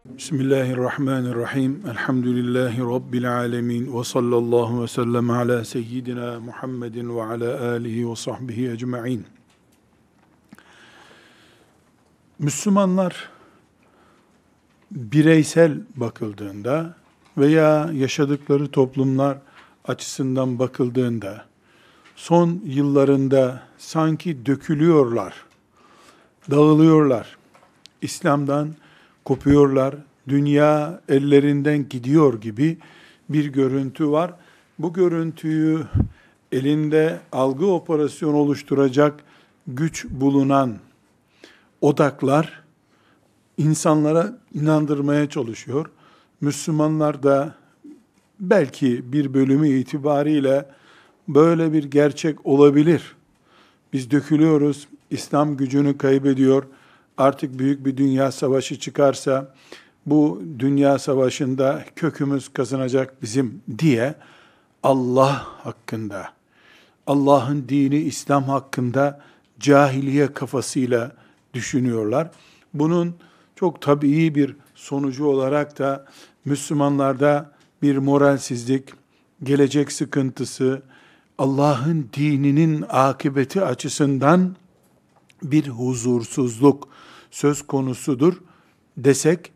Bismillahirrahmanirrahim. Elhamdülillahi Rabbil alemin. Ve sallallahu ve sellem ala seyyidina Muhammedin ve ala alihi ve sahbihi ecma'in. Müslümanlar bireysel bakıldığında veya yaşadıkları toplumlar açısından bakıldığında son yıllarında sanki dökülüyorlar, dağılıyorlar. İslam'dan kopuyorlar, dünya ellerinden gidiyor gibi bir görüntü var. Bu görüntüyü elinde algı operasyonu oluşturacak güç bulunan odaklar insanlara inandırmaya çalışıyor. Müslümanlar da belki bir bölümü itibariyle böyle bir gerçek olabilir. Biz dökülüyoruz, İslam gücünü kaybediyor. Artık büyük bir dünya savaşı çıkarsa bu dünya savaşında kökümüz kazanacak bizim diye Allah hakkında, Allah'ın dini İslam hakkında cahiliye kafasıyla düşünüyorlar. Bunun çok tabii bir sonucu olarak da Müslümanlarda bir moralsizlik, gelecek sıkıntısı, Allah'ın dininin akıbeti açısından bir huzursuzluk söz konusudur desek,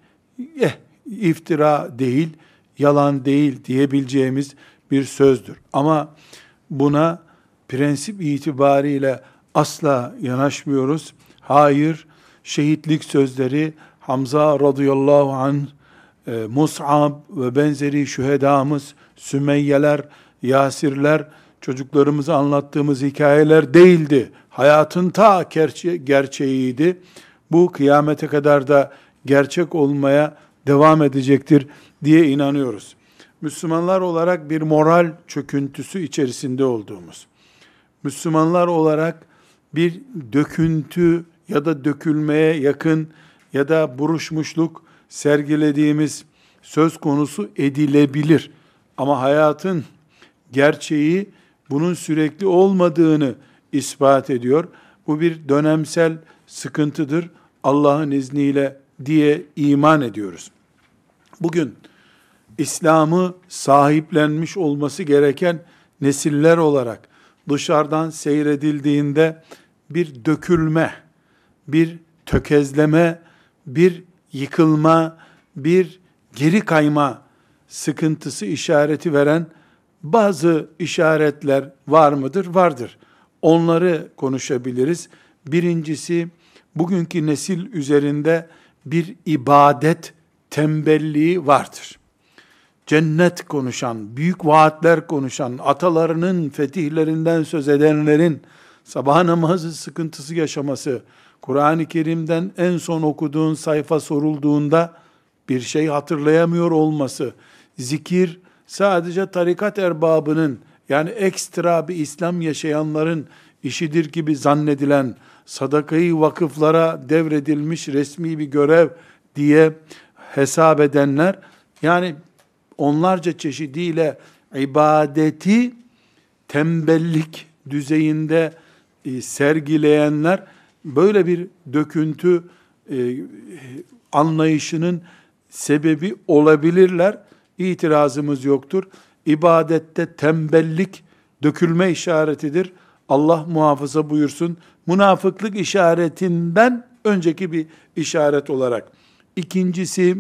iftira değil, yalan değil diyebileceğimiz bir sözdür. Ama buna prensip itibariyle asla yanaşmıyoruz. Hayır, şehitlik sözleri Hamza radıyallahu anh, Mus'ab ve benzeri şühedamız, Sümeyyeler, Yasirler, çocuklarımıza anlattığımız hikayeler değildi. Hayatın ta gerçeğiydi. Bu kıyamete kadar da gerçek olmaya devam edecektir diye inanıyoruz. Müslümanlar olarak bir moral çöküntüsü içerisinde olduğumuz, Müslümanlar olarak bir döküntü ya da dökülmeye yakın ya da buruşmuşluk sergilediğimiz söz konusu edilebilir. Ama hayatın gerçeği bunun sürekli olmadığını ispat ediyor. Bu bir dönemsel sıkıntıdır Allah'ın izniyle diye iman ediyoruz. Bugün İslam'ı sahiplenmiş olması gereken nesiller olarak dışarıdan seyredildiğinde bir dökülme, bir tökezleme, bir yıkılma, bir geri kayma sıkıntısı işareti veren bazı işaretler var mıdır? Vardır. Onları konuşabiliriz. Birincisi, bugünkü nesil üzerinde bir ibadet tembelliği vardır. Cennet konuşan, büyük vaatler konuşan, atalarının fetihlerinden söz edenlerin sabah namazı sıkıntısı yaşaması, Kur'an-ı Kerim'den en son okuduğun sayfa sorulduğunda bir şey hatırlayamıyor olması, zikir sadece tarikat erbabının, yani ekstra bir İslam yaşayanların işidir gibi zannedilen, sadakayı vakıflara devredilmiş resmi bir görev diye hesap edenler, yani onlarca çeşidiyle ibadeti tembellik düzeyinde sergileyenler, böyle bir döküntü anlayışının sebebi olabilirler. İtirazımız yoktur. İbadette tembellik dökülme işaretidir. Allah muhafaza buyursun. Münafıklık işaretinden önceki bir işaret olarak. İkincisi,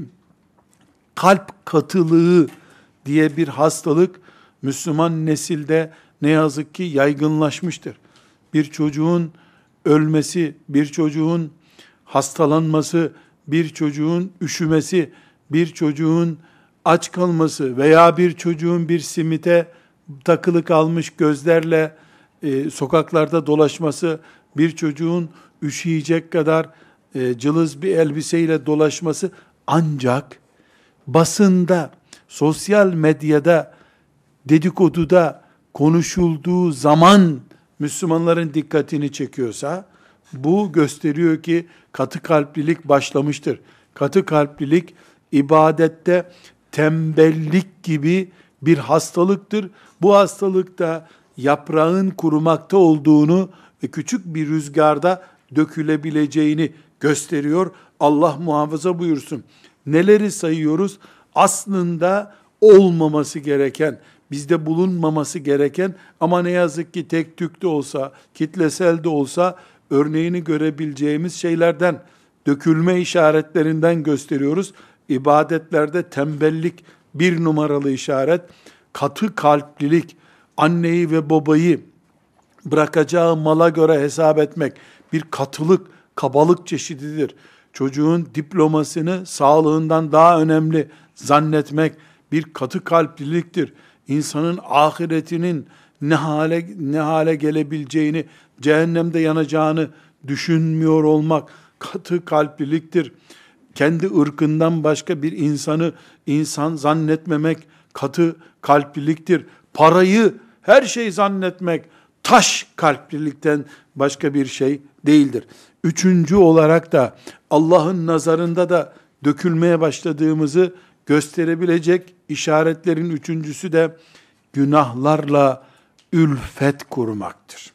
kalp katılığı diye bir hastalık Müslüman nesilde ne yazık ki yaygınlaşmıştır. Bir çocuğun ölmesi, bir çocuğun hastalanması, bir çocuğun üşümesi, bir çocuğun aç kalması veya bir çocuğun bir simite takılı kalmış gözlerle sokaklarda dolaşması, bir çocuğun üşüyecek kadar cılız bir elbiseyle dolaşması ancak basında, sosyal medyada, dedikoduda konuşulduğu zaman Müslümanların dikkatini çekiyorsa, bu gösteriyor ki katı kalplilik başlamıştır. Katı kalplilik ibadette tembellik gibi bir hastalıktır. Bu hastalıkta yaprağın kurumakta olduğunu ve küçük bir rüzgarda dökülebileceğini gösteriyor. Allah muhafaza buyursun. Neleri sayıyoruz? Aslında olmaması gereken, bizde bulunmaması gereken ama ne yazık ki tek tük de olsa, kitlesel de olsa örneğini görebileceğimiz şeylerden, dökülme işaretlerinden gösteriyoruz. İbadetlerde tembellik bir numaralı işaret, katı kalplilik, anneyi ve babayı bırakacağı mala göre hesap etmek bir katılık, kabalık çeşididir. Çocuğun diplomasını sağlığından daha önemli zannetmek bir katı kalpliliktir. İnsanın ahiretinin ne hale gelebileceğini, cehennemde yanacağını düşünmüyor olmak katı kalpliliktir. Kendi ırkından başka bir insanı insan zannetmemek katı kalpliliktir. Parayı her şey zannetmek taş kalplilikten başka bir şey değildir. Üçüncü olarak da Allah'ın nazarında da dökülmeye başladığımızı gösterebilecek işaretlerin üçüncüsü de günahlarla ülfet kurmaktır.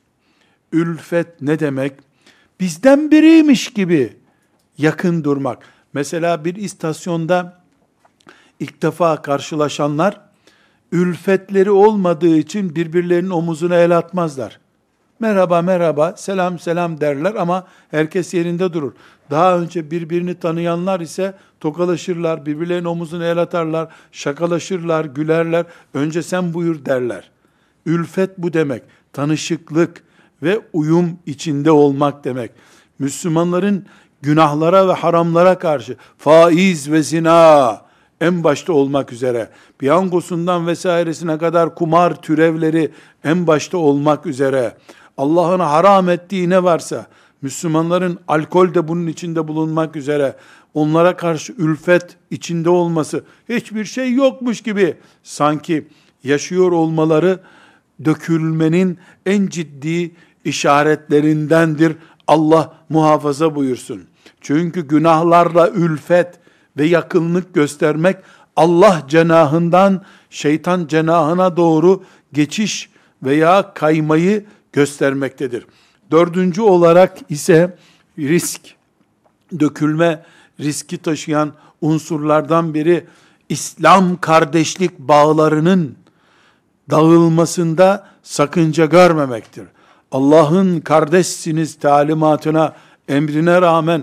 Ülfet ne demek? Bizden biriymiş gibi yakın durmak. Mesela bir istasyonda ilk defa karşılaşanlar ülfetleri olmadığı için birbirlerinin omuzuna el atmazlar. Merhaba merhaba, selam selam derler ama herkes yerinde durur. Daha önce birbirini tanıyanlar ise tokalaşırlar, birbirlerinin omuzuna el atarlar, şakalaşırlar, gülerler. Önce sen buyur derler. Ülfet bu demek. Tanışıklık ve uyum içinde olmak demek. Müslümanların günahlara ve haramlara karşı faiz ve zina en başta olmak üzere, piyangosundan vesairesine kadar kumar türevleri en başta olmak üzere, Allah'ın haram ettiği ne varsa, Müslümanların alkol de bunun içinde bulunmak üzere, onlara karşı ülfet içinde olması, hiçbir şey yokmuş gibi sanki yaşıyor olmaları, dökülmenin en ciddi işaretlerindendir. Allah muhafaza buyursun. Çünkü günahlarla ülfet ve yakınlık göstermek, Allah cenahından şeytan cenahına doğru geçiş veya kaymayı göstermektedir. Dördüncü olarak ise risk, dökülme riski taşıyan unsurlardan biri, İslam kardeşlik bağlarının dağılmasında sakınca görmemektir. Allah'ın kardeşsiniz talimatına, emrine rağmen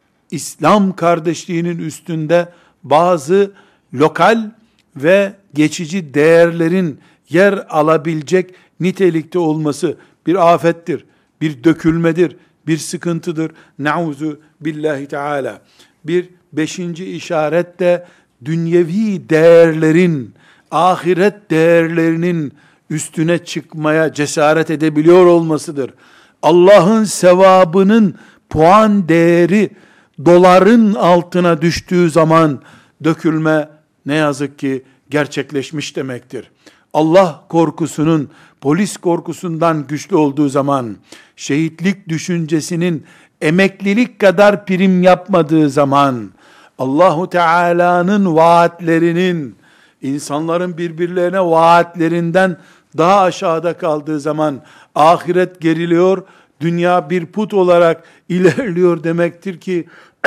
İslam kardeşliğinin üstünde bazı lokal ve geçici değerlerin yer alabilecek nitelikte olması bir afettir, bir dökülmedir, bir sıkıntıdır. Nauzu billahi teala. Bir beşinci işaret de dünyevi değerlerin, ahiret değerlerinin üstüne çıkmaya cesaret edebiliyor olmasıdır. Allah'ın sevabının puan değeri doların altına düştüğü zaman dökülme ne yazık ki gerçekleşmiş demektir. Allah korkusunun polis korkusundan güçlü olduğu zaman, şehitlik düşüncesinin emeklilik kadar prim yapmadığı zaman, Allahu Teala'nın vaatlerinin insanların birbirlerine vaatlerinden daha aşağıda kaldığı zaman ahiret geriliyor, dünya bir put olarak ilerliyor demektir ki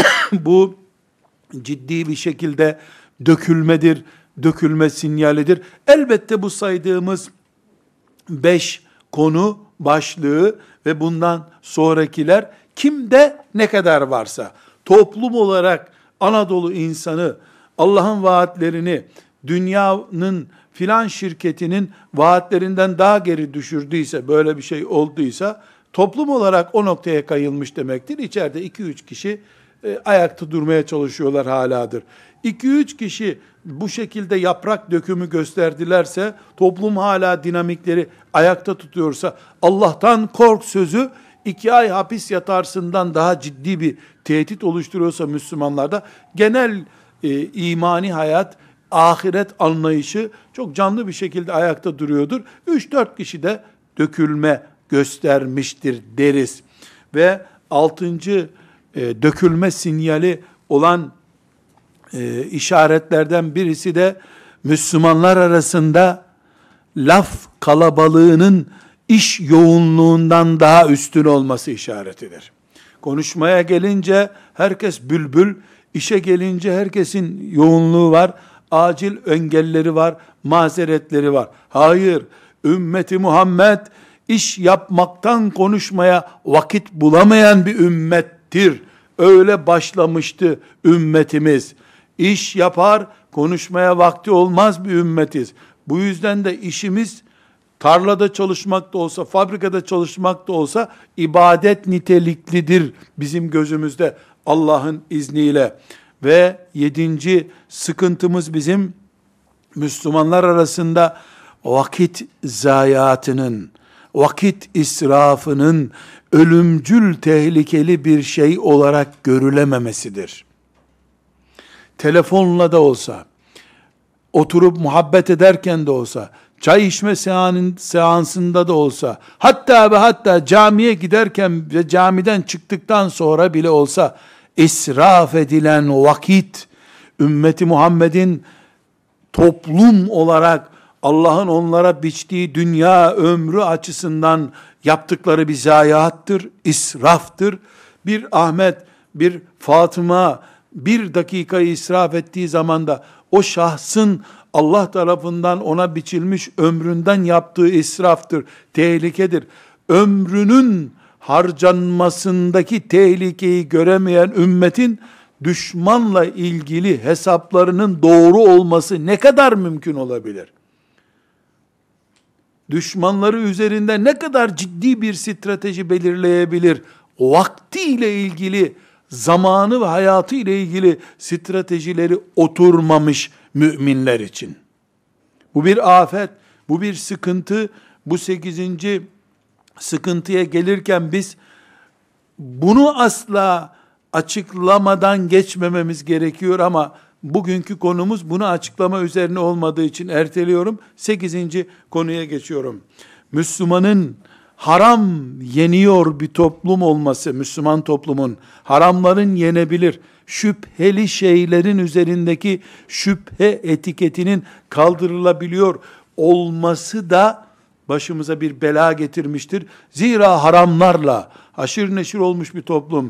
bu ciddi bir şekilde dökülmedir, dökülme sinyalidir. Elbette bu saydığımız 5 konu başlığı ve bundan sonrakiler kimde ne kadar varsa, toplum olarak Anadolu insanı Allah'ın vaatlerini dünyanın filan şirketinin vaatlerinden daha geri düşürdüyse, böyle bir şey olduysa toplum olarak o noktaya kayılmış demektir. İçeride 2-3 kişi ayakta durmaya çalışıyorlar haladır. 2-3 kişi bu şekilde yaprak dökümü gösterdilerse, toplum hala dinamikleri ayakta tutuyorsa, Allah'tan kork sözü 2 ay hapis yatarsından daha ciddi bir tehdit oluşturuyorsa Müslümanlarda, genel imani hayat, ahiret anlayışı çok canlı bir şekilde ayakta duruyordur. 3-4 kişi de dökülme göstermiştir deriz. Ve 6. Dökülme sinyali olan işaretlerden birisi de Müslümanlar arasında laf kalabalığının iş yoğunluğundan daha üstün olması işaretidir. Konuşmaya gelince herkes bülbül, İşe gelince herkesin yoğunluğu var, acil engelleri var, mazeretleri var. Hayır, ümmeti Muhammed iş yapmaktan konuşmaya vakit bulamayan bir ümmettir. Öyle başlamıştı ümmetimiz. İş yapar, konuşmaya vakti olmaz bir ümmetiz. Bu yüzden de işimiz tarlada çalışmak da olsa, fabrikada çalışmak da olsa ibadet niteliklidir bizim gözümüzde Allah'ın izniyle. Ve 7. sıkıntımız bizim Müslümanlar arasında vakit zayiatının, vakit israfının ölümcül tehlikeli bir şey olarak görülememesidir. Telefonla da olsa, oturup muhabbet ederken de olsa, çay içme seansında da olsa, hatta ve hatta camiye giderken ve camiden çıktıktan sonra bile olsa, israf edilen vakit, ümmeti Muhammed'in toplum olarak Allah'ın onlara biçtiği dünya ömrü açısından yaptıkları bir zayiattır, israftır. Bir Ahmet, bir Fatıma, bir dakikayı israf ettiği zaman da o şahsın Allah tarafından ona biçilmiş ömründen yaptığı israftır, tehlikedir. Ömrünün harcanmasındaki tehlikeyi göremeyen ümmetin düşmanla ilgili hesaplarının doğru olması ne kadar mümkün olabilir? Düşmanları üzerinde ne kadar ciddi bir strateji belirleyebilir? Vaktiyle ilgili, zamanı ve hayatı ile ilgili stratejileri oturmamış müminler için. Bu bir afet, bu bir sıkıntı. Bu 8. sıkıntıya gelirken biz bunu asla açıklamadan geçmememiz gerekiyor ama bugünkü konumuz bunu açıklama üzerine olmadığı için erteliyorum. 8. konuya geçiyorum. Müslümanın haram yeniyor bir toplum olması, Müslüman toplumun haramların yenebilir, şüpheli şeylerin üzerindeki şüphe etiketinin kaldırılabiliyor olması da başımıza bir bela getirmiştir. Zira haramlarla haşır neşir olmuş bir toplum,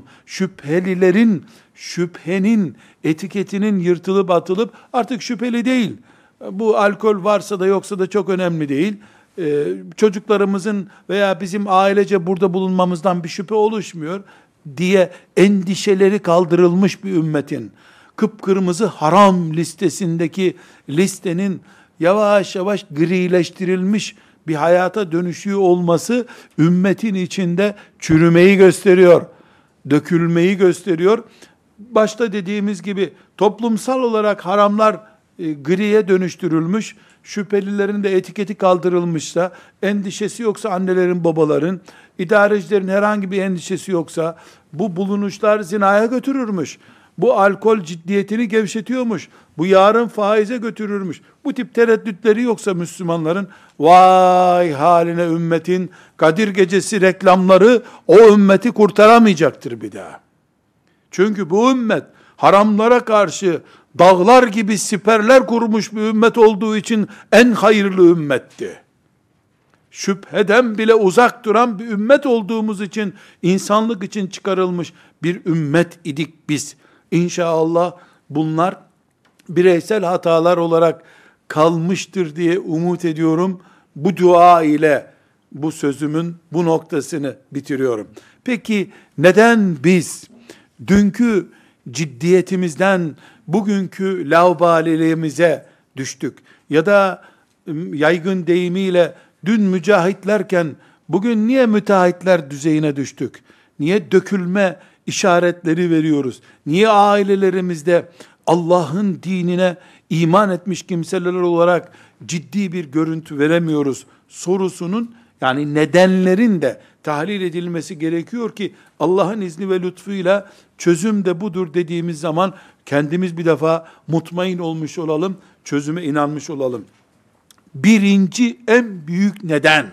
şüphenin etiketinin yırtılıp atılıp artık şüpheli değil. Bu alkol varsa da yoksa da çok önemli değil. Çocuklarımızın veya bizim ailece burada bulunmamızdan bir şüphe oluşmuyor diye endişeleri kaldırılmış bir ümmetin kıpkırmızı haram listesindeki listenin yavaş yavaş grileştirilmiş bir hayata dönüşüyor olması ümmetin içinde çürümeyi gösteriyor, dökülmeyi gösteriyor. Başta dediğimiz gibi toplumsal olarak haramlar griye dönüştürülmüş, şüphelilerin de etiketi kaldırılmışsa, endişesi yoksa annelerin, babaların, idarecilerin herhangi bir endişesi yoksa, bu bulunuşlar zinaya götürürmüş. Bu alkol ciddiyetini gevşetiyormuş. Bu yarın faize götürürmüş. Bu tip tereddütleri yoksa Müslümanların, vay haline ümmetin, Kadir Gecesi reklamları o ümmeti kurtaramayacaktır bir daha. Çünkü bu ümmet haramlara karşı dağlar gibi siperler kurmuş bir ümmet olduğu için en hayırlı ümmetti. Şüpheden bile uzak duran bir ümmet olduğumuz için, insanlık için çıkarılmış bir ümmet idik biz. İnşallah bunlar bireysel hatalar olarak kalmıştır diye umut ediyorum. Bu dua ile bu sözümün bu noktasını bitiriyorum. Peki neden biz dünkü ciddiyetimizden bugünkü laubaliliğimize düştük? Ya da yaygın deyimiyle dün mücahitlerken bugün niye müteahhitler düzeyine düştük? Niye dökülme işaretleri veriyoruz? Niye ailelerimizde Allah'ın dinine iman etmiş kimseler olarak ciddi bir görüntü veremiyoruz sorusunun, yani nedenlerin de tahlil edilmesi gerekiyor ki Allah'ın izni ve lütfuyla çözüm de budur dediğimiz zaman kendimiz bir defa mutmain olmuş olalım, çözüme inanmış olalım. Birinci en büyük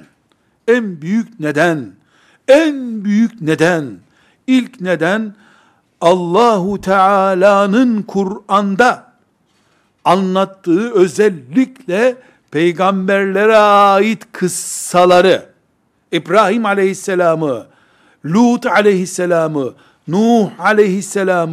neden, ilk neden Allahu Teala'nın Kur'an'da anlattığı özellikle peygamberlere ait kıssaları, İbrahim Aleyhisselam'ı, Lut Aleyhisselam'ı, Nuh Aleyhisselam'ı,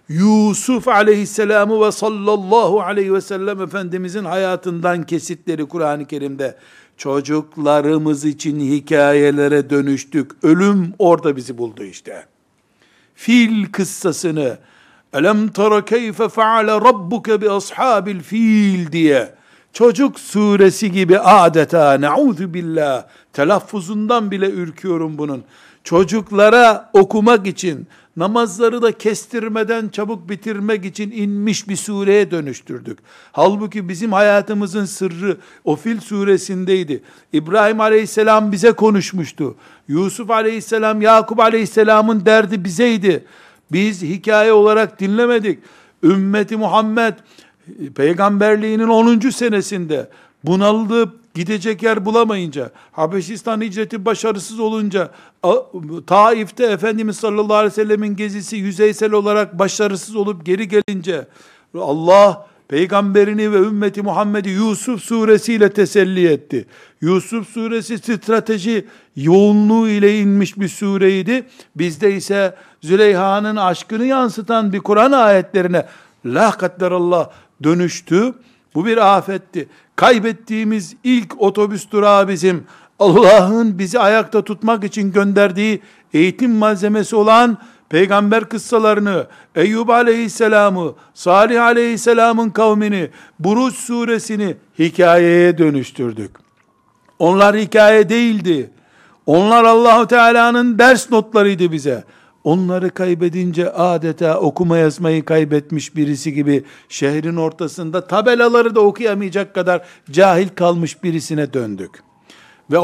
Yusuf aleyhisselamı ve sallallahu aleyhi ve sellem Efendimizin hayatından kesitleri Kur'an-ı Kerim'de. Çocuklarımız için hikayelere dönüştük. Ölüm orada bizi buldu işte. Fil kıssasını, elem tara keyfe feale rabbuke bi ashabil fil diye, çocuk suresi gibi adeta, ne'udhu billah, telaffuzundan bile ürküyorum bunun. Çocuklara okumak için, namazları da kestirmeden çabuk bitirmek için inmiş bir sureye dönüştürdük. Halbuki bizim hayatımızın sırrı o Fil suresindeydi. İbrahim aleyhisselam bize konuşmuştu. Yusuf aleyhisselam, Yakup aleyhisselamın derdi bizeydi. Biz hikaye olarak dinlemedik. Ümmeti Muhammed peygamberliğinin 10. senesinde bunaldıp gidecek yer bulamayınca, Habeşistan hicreti başarısız olunca, Taif'te Efendimiz sallallahu aleyhi ve sellemin gezisi yüzeysel olarak başarısız olup geri gelince, Allah peygamberini ve ümmeti Muhammed'i Yusuf suresiyle teselli etti. Yusuf suresi strateji yoğunluğu ile inmiş bir sureydi. Bizde ise Züleyha'nın aşkını yansıtan bir Kur'an ayetlerine la kadderallah dönüştü. Bu bir afetti. Kaybettiğimiz ilk otobüs durağı bizim, Allah'ın bizi ayakta tutmak için gönderdiği eğitim malzemesi olan peygamber kıssalarını, Eyyub aleyhisselamı, Salih aleyhisselamın kavmini, Buruç suresini hikayeye dönüştürdük. Onlar hikaye değildi. Onlar Allahu Teala'nın ders notlarıydı bize. Onları kaybedince adeta okuma yazmayı kaybetmiş birisi gibi şehrin ortasında tabelaları da okuyamayacak kadar cahil kalmış birisine döndük. Ve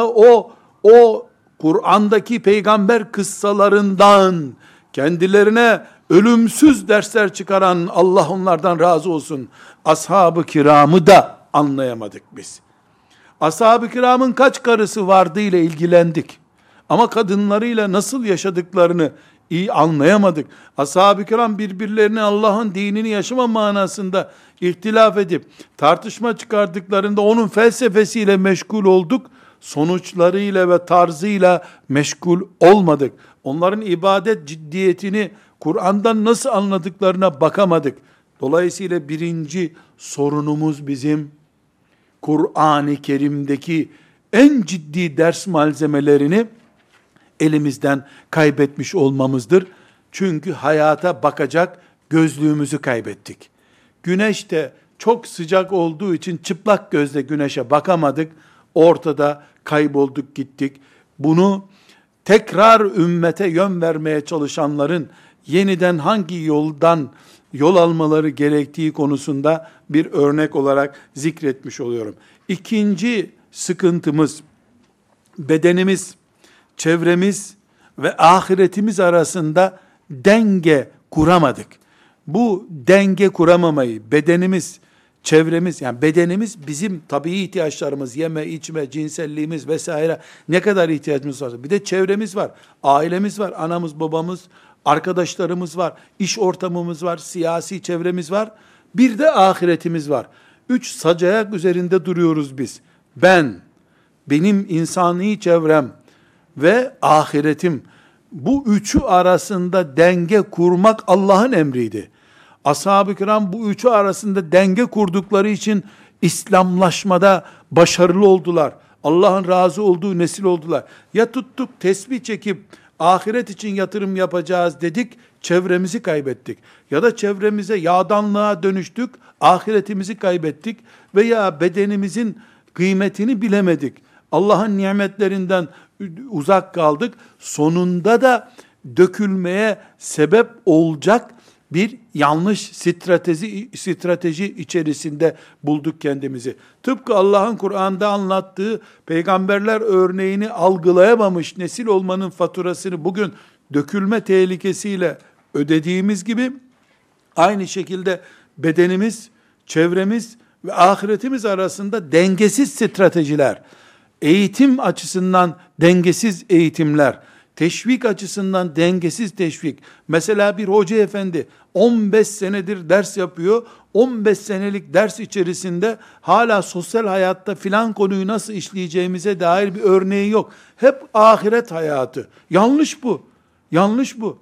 o Kur'an'daki peygamber kıssalarından kendilerine ölümsüz dersler çıkaran, Allah onlardan razı olsun, ashab-ı kiramı da anlayamadık biz. Ashab-ı kiramın kaç karısı vardı ile ilgilendik. Ama kadınlarıyla nasıl yaşadıklarını iyi anlayamadık. Ashab-ı kiram birbirlerine Allah'ın dinini yaşama manasında ihtilaf edip tartışma çıkardıklarında onun felsefesiyle meşgul olduk. Sonuçlarıyla ve tarzıyla meşgul olmadık. Onların ibadet ciddiyetini Kur'an'dan nasıl anladıklarına bakamadık. Dolayısıyla birinci sorunumuz bizim Kur'an-ı Kerim'deki en ciddi ders malzemelerini elimizden kaybetmiş olmamızdır. Çünkü hayata bakacak gözlüğümüzü kaybettik. Güneş de çok sıcak olduğu için çıplak gözle güneşe bakamadık. Ortada kaybolduk gittik. Bunu tekrar ümmete yön vermeye çalışanların yeniden hangi yoldan yol almaları gerektiği konusunda bir örnek olarak zikretmiş oluyorum. İkinci sıkıntımız, bedenimiz, çevremiz ve ahiretimiz arasında denge kuramadık. Bu denge kuramamayı bedenimiz, çevremiz, yani bedenimiz bizim tabii ihtiyaçlarımız, yeme, içme, cinselliğimiz vesaire, ne kadar ihtiyacımız var. Bir de çevremiz var, ailemiz var, anamız, babamız, arkadaşlarımız var, iş ortamımız var, siyasi çevremiz var. Bir de ahiretimiz var. 3 sacayak üzerinde duruyoruz biz. Benim insani çevrem ve ahiretim. Bu üçü arasında denge kurmak Allah'ın emriydi. Ashab-ı kiram bu üçü arasında denge kurdukları için İslamlaşmada başarılı oldular. Allah'ın razı olduğu nesil oldular. Ya tuttuk tesbih çekip ahiret için yatırım yapacağız dedik, çevremizi kaybettik. Ya da çevremize yağdanlığa dönüştük, ahiretimizi kaybettik. Veya bedenimizin kıymetini bilemedik. Allah'ın nimetlerinden uzak kaldık. Sonunda da dökülmeye sebep olacak bir yanlış strateji içerisinde bulduk kendimizi. Tıpkı Allah'ın Kur'an'da anlattığı peygamberler örneğini algılayamamış nesil olmanın faturasını bugün dökülme tehlikesiyle ödediğimiz gibi, aynı şekilde bedenimiz, çevremiz ve ahiretimiz arasında dengesiz stratejiler, eğitim açısından dengesiz eğitimler, teşvik açısından dengesiz teşvik. Mesela bir hoca efendi 15 senedir ders yapıyor. 15 senelik ders içerisinde hala sosyal hayatta filan konuyu nasıl işleyeceğimize dair bir örneği yok. Hep ahiret hayatı. Yanlış bu. Yanlış bu.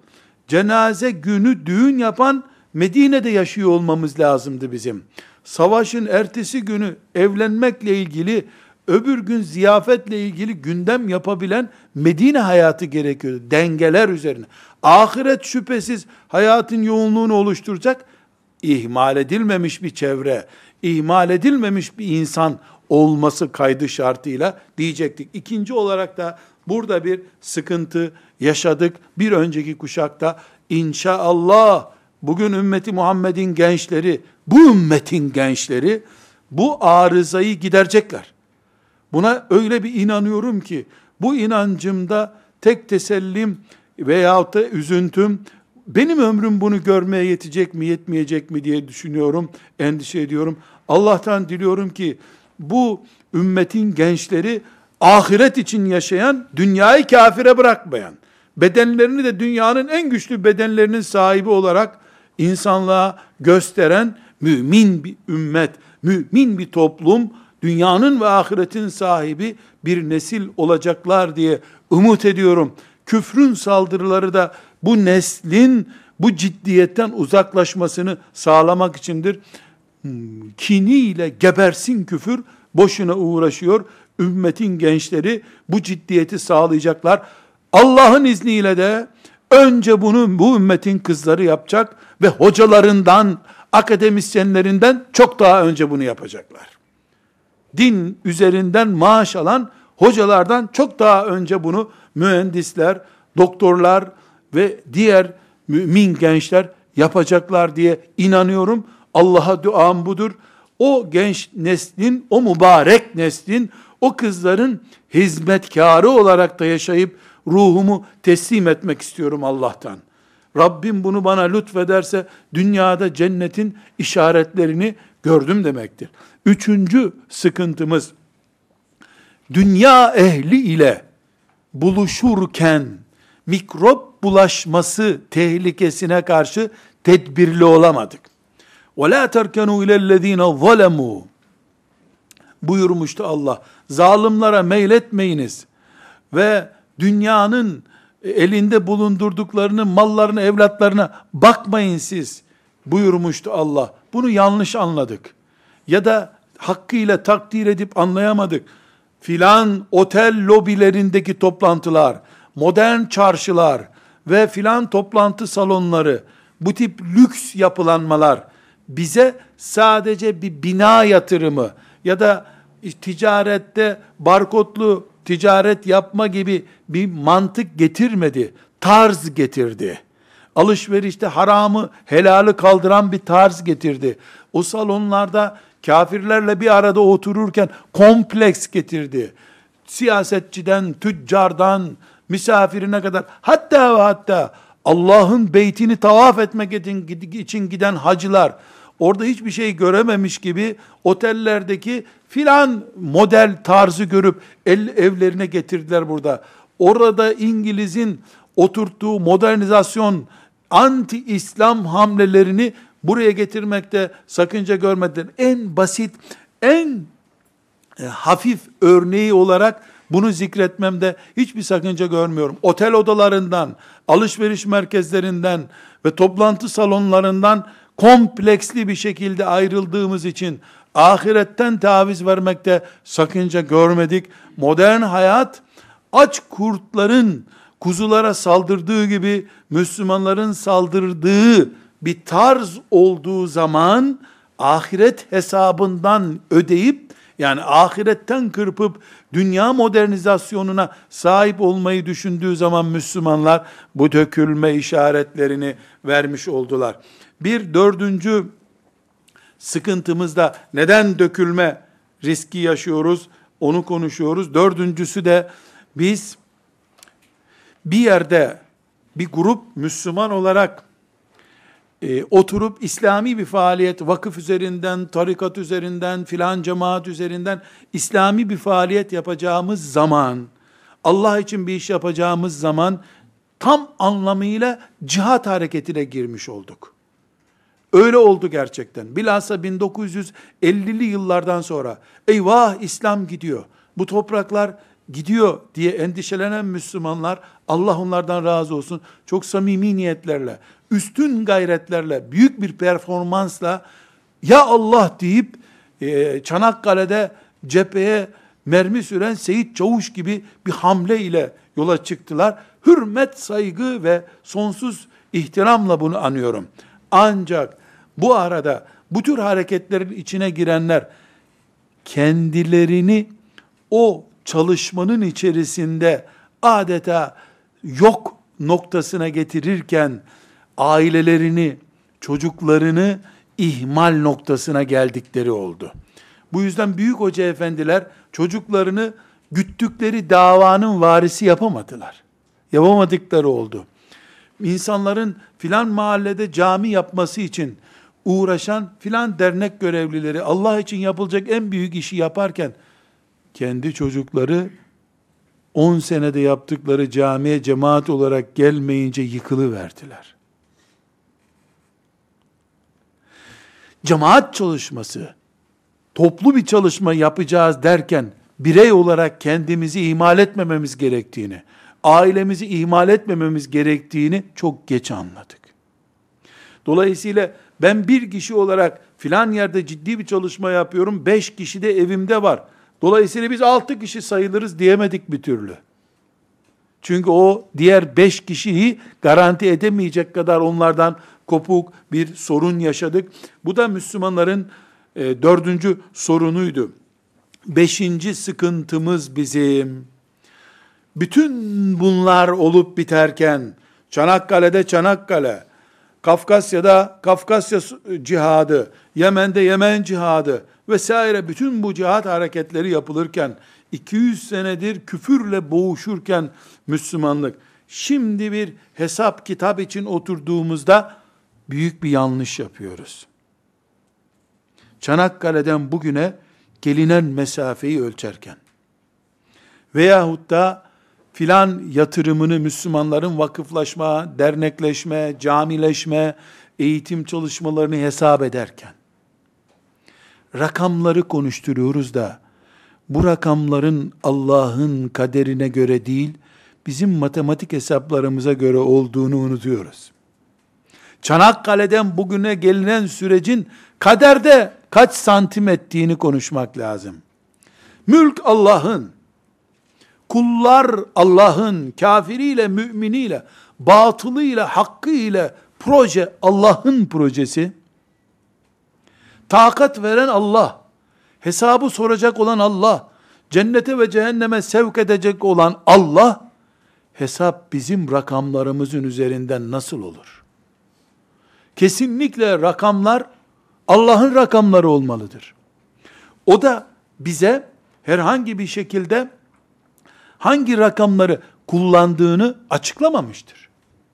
cenaze günü düğün yapan Medine'de yaşıyor olmamız lazımdı bizim. Savaşın ertesi günü evlenmekle ilgili, öbür gün ziyafetle ilgili gündem yapabilen Medine hayatı gerekiyordu. Dengeler üzerine. Ahiret şüphesiz hayatın yoğunluğunu oluşturacak. İhmal edilmemiş bir çevre, ihmal edilmemiş bir insan olması kaydı şartıyla diyecektik. İkinci olarak da burada bir sıkıntı yaşadık. Bir önceki kuşakta inşallah bugün ümmeti Muhammed'in gençleri, bu ümmetin gençleri bu arızayı giderecekler. Buna öyle bir inanıyorum ki, bu inancımda tek tesellim veyahut da üzüntüm, benim ömrüm bunu görmeye yetecek mi, yetmeyecek mi diye düşünüyorum, endişe ediyorum. Allah'tan diliyorum ki, bu ümmetin gençleri, ahiret için yaşayan, dünyayı kafire bırakmayan, bedenlerini de dünyanın en güçlü bedenlerinin sahibi olarak insanlığa gösteren mümin bir ümmet, mümin bir toplum, dünyanın ve ahiretin sahibi bir nesil olacaklar diye umut ediyorum. Küfrün saldırıları da bu neslin bu ciddiyetten uzaklaşmasını sağlamak içindir. Kiniyle gebersin küfür, boşuna uğraşıyor. Ümmetin gençleri bu ciddiyeti sağlayacaklar. Allah'ın izniyle de önce bunu bu ümmetin kızları yapacak ve hocalarından, akademisyenlerinden çok daha önce bunu yapacaklar. Din üzerinden maaş alan hocalardan çok daha önce bunu mühendisler, doktorlar ve diğer mümin gençler yapacaklar diye inanıyorum. Allah'a duam budur. O genç neslin, o mübarek neslin, o kızların hizmetkarı olarak da yaşayıp ruhumu teslim etmek istiyorum Allah'tan. Rabbim bunu bana lütfederse dünyada cennetin işaretlerini gördüm demektir. Üçüncü sıkıntımız, dünya ehli ile buluşurken mikrop bulaşması tehlikesine karşı tedbirli olamadık. وَلَا تَرْكَنُوا اِلَى الَّذ۪ينَ ظَلَمُوا buyurmuştu Allah. Zalimlere meyletmeyiniz ve dünyanın elinde bulundurduklarının mallarına, evlatlarına bakmayın siz buyurmuştu Allah. Bunu yanlış anladık. Ya da hakkıyla takdir edip anlayamadık. Filan otel lobilerindeki toplantılar, modern çarşılar ve filan toplantı salonları, bu tip lüks yapılanmalar bize sadece bir bina yatırımı ya da ticarette barkodlu ticaret yapma gibi bir mantık getirmedi. Tarz getirdi. Alışverişte haramı, helali kaldıran bir tarz getirdi. O salonlarda kafirlerle bir arada otururken kompleks getirdi. Siyasetçiden, tüccardan, misafirine kadar, hatta ve hatta Allah'ın beytini tavaf etmek için giden hacılar, orada hiçbir şey görememiş gibi otellerdeki filan model tarzı görüp evlerine getirdiler burada. Orada İngiliz'in oturttuğu modernizasyon, anti-İslam hamlelerini buraya getirmekte sakınca görmediler. En basit, en hafif örneği olarak bunu zikretmemde hiçbir sakınca görmüyorum. Otel odalarından, alışveriş merkezlerinden ve toplantı salonlarından kompleksli bir şekilde ayrıldığımız için ahiretten taviz vermekte sakınca görmedik. Modern hayat aç kurtların kuzulara saldırdığı gibi Müslümanların saldırdığı bir tarz olduğu zaman ahiret hesabından ödeyip, yani ahiretten kırpıp dünya modernizasyonuna sahip olmayı düşündüğü zaman Müslümanlar bu dökülme işaretlerini vermiş oldular. Bir dördüncü sıkıntımızda neden dökülme riski yaşıyoruz? Onu konuşuyoruz. Dördüncüsü de biz bir yerde bir grup Müslüman olarak oturup İslami bir faaliyet, vakıf üzerinden, tarikat üzerinden, filan cemaat üzerinden İslami bir faaliyet yapacağımız zaman, Allah için bir iş yapacağımız zaman tam anlamıyla cihat hareketine girmiş olduk. Öyle oldu gerçekten. Bilhassa 1950'li yıllardan sonra eyvah İslam gidiyor. Bu topraklar gidiyor diye endişelenen Müslümanlar, Allah onlardan razı olsun, çok samimi niyetlerle, üstün gayretlerle, büyük bir performansla, ya Allah deyip, Çanakkale'de cepheye mermi süren Seyit Çavuş gibi bir hamle ile yola çıktılar. Hürmet, saygı ve sonsuz ihtiramla bunu anıyorum. Ancak bu arada bu tür hareketlerin içine girenler, kendilerini o çalışmanın içerisinde adeta yok noktasına getirirken, ailelerini, çocuklarını ihmal noktasına geldikleri oldu. Bu yüzden büyük hoca efendiler çocuklarını güttükleri davanın varisi yapamadılar. Yapamadıkları oldu. İnsanların filan mahallede cami yapması için uğraşan filan dernek görevlileri Allah için yapılacak en büyük işi yaparken, kendi çocukları 10 senede yaptıkları camiye cemaat olarak gelmeyince yıkılıverdiler. Cemaat çalışması, toplu bir çalışma yapacağız derken, birey olarak kendimizi ihmal etmememiz gerektiğini, ailemizi ihmal etmememiz gerektiğini çok geç anladık. Dolayısıyla ben bir kişi olarak filan yerde ciddi bir çalışma yapıyorum, 5 kişi de evimde var, dolayısıyla biz 6 kişi sayılırız diyemedik bir türlü. Çünkü o diğer 5 kişiyi garanti edemeyecek kadar onlardan kopuk bir sorun yaşadık. Bu da Müslümanların 4. sorunuydu. 5. sıkıntımız bizim. Bütün bunlar olup biterken, Çanakkale'de Çanakkale, Kafkasya'da Kafkasya cihadı, Yemen'de Yemen cihadı vesaire, bütün bu cihat hareketleri yapılırken, 200 senedir küfürle boğuşurken Müslümanlık, şimdi bir hesap kitap için oturduğumuzda büyük bir yanlış yapıyoruz. Çanakkale'den bugüne gelinen mesafeyi ölçerken veyahut da filan yatırımını Müslümanların vakıflaşma, dernekleşme, camileşme, eğitim çalışmalarını hesap ederken, rakamları konuşturuyoruz da, bu rakamların Allah'ın kaderine göre değil, bizim matematik hesaplarımıza göre olduğunu unutuyoruz. Çanakkale'den bugüne gelinen sürecin kaderde kaç santim ettiğini konuşmak lazım. Mülk Allah'ın, kullar Allah'ın, kafiriyle, müminiyle, batılıyla, hakkıyla, proje Allah'ın projesi. Takat veren Allah, hesabı soracak olan Allah, cennete ve cehenneme sevk edecek olan Allah, hesap bizim rakamlarımızın üzerinden nasıl olur? Kesinlikle rakamlar Allah'ın rakamları olmalıdır. O da bize herhangi bir şekilde hangi rakamları kullandığını açıklamamıştır.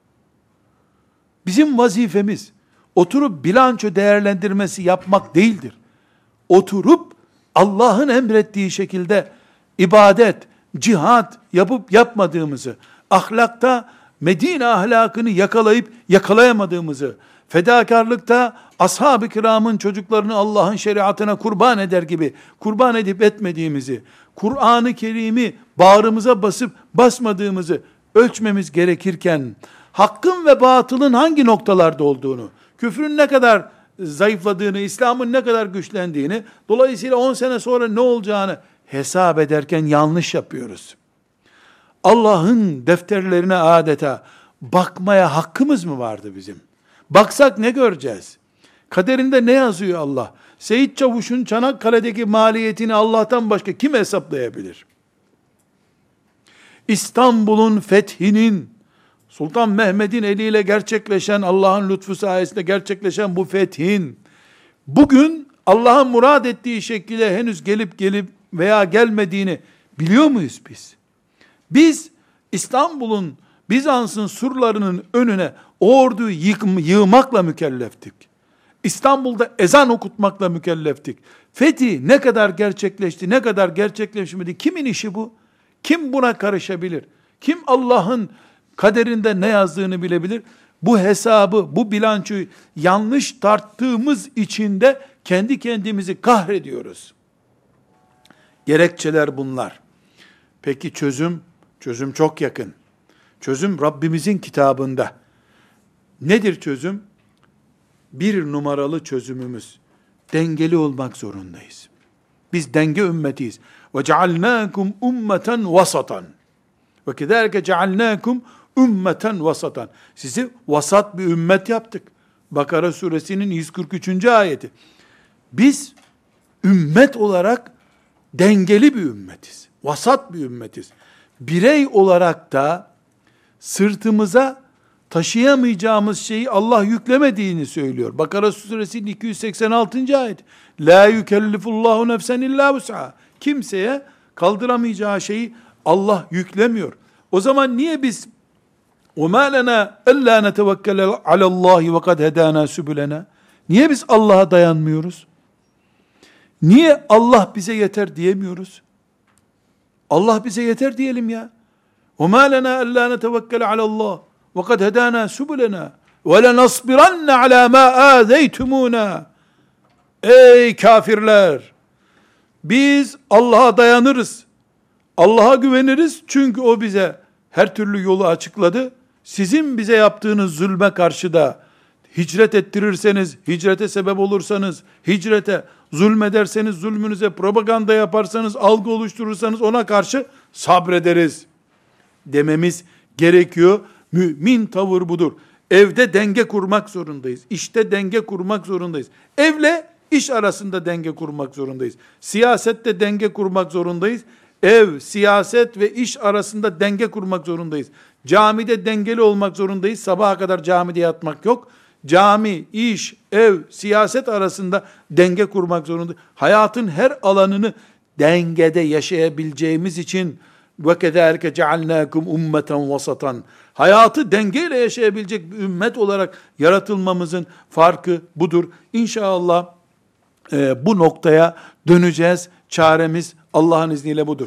Bizim vazifemiz oturup bilanço değerlendirmesi yapmak değildir. Oturup Allah'ın emrettiği şekilde ibadet, cihat yapıp yapmadığımızı, ahlakta Medine ahlakını yakalayıp yakalayamadığımızı, fedakarlıkta ashab-ı kiramın çocuklarını Allah'ın şeriatına kurban eder gibi kurban edip etmediğimizi, Kur'an-ı Kerim'i bağrımıza basıp basmadığımızı ölçmemiz gerekirken, hakkın ve batılın hangi noktalarda olduğunu, küfrün ne kadar zayıfladığını, İslam'ın ne kadar güçlendiğini, dolayısıyla 10 sene sonra ne olacağını hesap ederken yanlış yapıyoruz. Allah'ın defterlerine adeta bakmaya hakkımız mı vardı bizim? Baksak ne göreceğiz? Kaderinde ne yazıyor Allah? Seyit Çavuş'un Çanakkale'deki maliyetini Allah'tan başka kim hesaplayabilir? İstanbul'un fethinin, Sultan Mehmet'in eliyle gerçekleşen, Allah'ın lütfu sayesinde gerçekleşen bu fethin, bugün Allah'ın murad ettiği şekilde henüz gelip veya gelmediğini biliyor muyuz biz? Biz İstanbul'un, Bizans'ın surlarının önüne o orduyu yığmakla mükelleftik. İstanbul'da ezan okutmakla mükelleftik. Fethi ne kadar gerçekleşti, ne kadar gerçekleşmedi, kimin işi bu? Kim buna karışabilir? Kim Allah'ın kaderinde ne yazdığını bilebilir? Bu hesabı, bu bilançoyu yanlış tarttığımız için de kendi kendimizi kahrediyoruz. Gerekçeler bunlar. Peki çözüm? Çözüm çok yakın. Çözüm Rabbimizin kitabında. Nedir çözüm? Bir numaralı çözümümüz. Dengeli olmak zorundayız. Biz denge ümmetiyiz. وَجَعَلْنَاكُمْ اُمَّةً وَسَطًا وَكَذَٰلِكَ جَعَلْنَاكُمْ اُمَّةً وَسَطًا Sizi vasat bir ümmet yaptık. Bakara suresinin 143. ayeti. Biz ümmet olarak dengeli bir ümmetiz. Vasat bir ümmetiz. Birey olarak da sırtımıza taşıyamayacağımız şeyi Allah yüklemediğini söylüyor. Bakara suresinin 286. ayet. La yükellifullahu nefsen illa vus'aha. Kimseye kaldıramayacağı şeyi Allah yüklemiyor. O zaman niye biz وَمَا لَنَا أَلَّا نَتَوَكَّلَ عَلَى اللّٰهِ وَقَدْ هَدَانَا سُبُلَنَا Niye biz Allah'a dayanmıyoruz? Niye Allah bize yeter diyemiyoruz? Allah bize yeter diyelim ya. وَمَا لَنَا أَلَّا نَتَوَكَّلَ عَلَى اللّٰهِ وَقَدْ هَدَانَا سُبُلَنَا وَلَنَصْبِرَنَّ عَلَى مَا آذَيْتُمُونَا Ey kafirler! Biz Allah'a dayanırız. Allah'a güveniriz çünkü O bize her türlü yolu açıkladı. Sizin bize yaptığınız zulme karşı da hicret ettirirseniz, hicrete sebep olursanız, hicrete zulmederseniz, zulmünüze propaganda yaparsanız, algı oluşturursanız ona karşı sabrederiz dememiz gerekiyor. Mümin tavır budur. Evde denge kurmak zorundayız. İşte denge kurmak zorundayız. Evle iş arasında denge kurmak zorundayız. Siyasette denge kurmak zorundayız. Ev, siyaset ve iş arasında denge kurmak zorundayız. Camide dengeli olmak zorundayız. Sabaha kadar camide yatmak yok. Cami, iş, ev, siyaset arasında denge kurmak zorundayız. Hayatın her alanını dengede yaşayabileceğimiz için وَكَذَٰلِكَ جَعَلْنَاكُمْ اُمَّةً وَسَطًا Hayatı dengeyle yaşayabilecek bir ümmet olarak yaratılmamızın farkı budur. İnşallah bu noktaya döneceğiz. Çaremiz Allah'ın izniyle budur.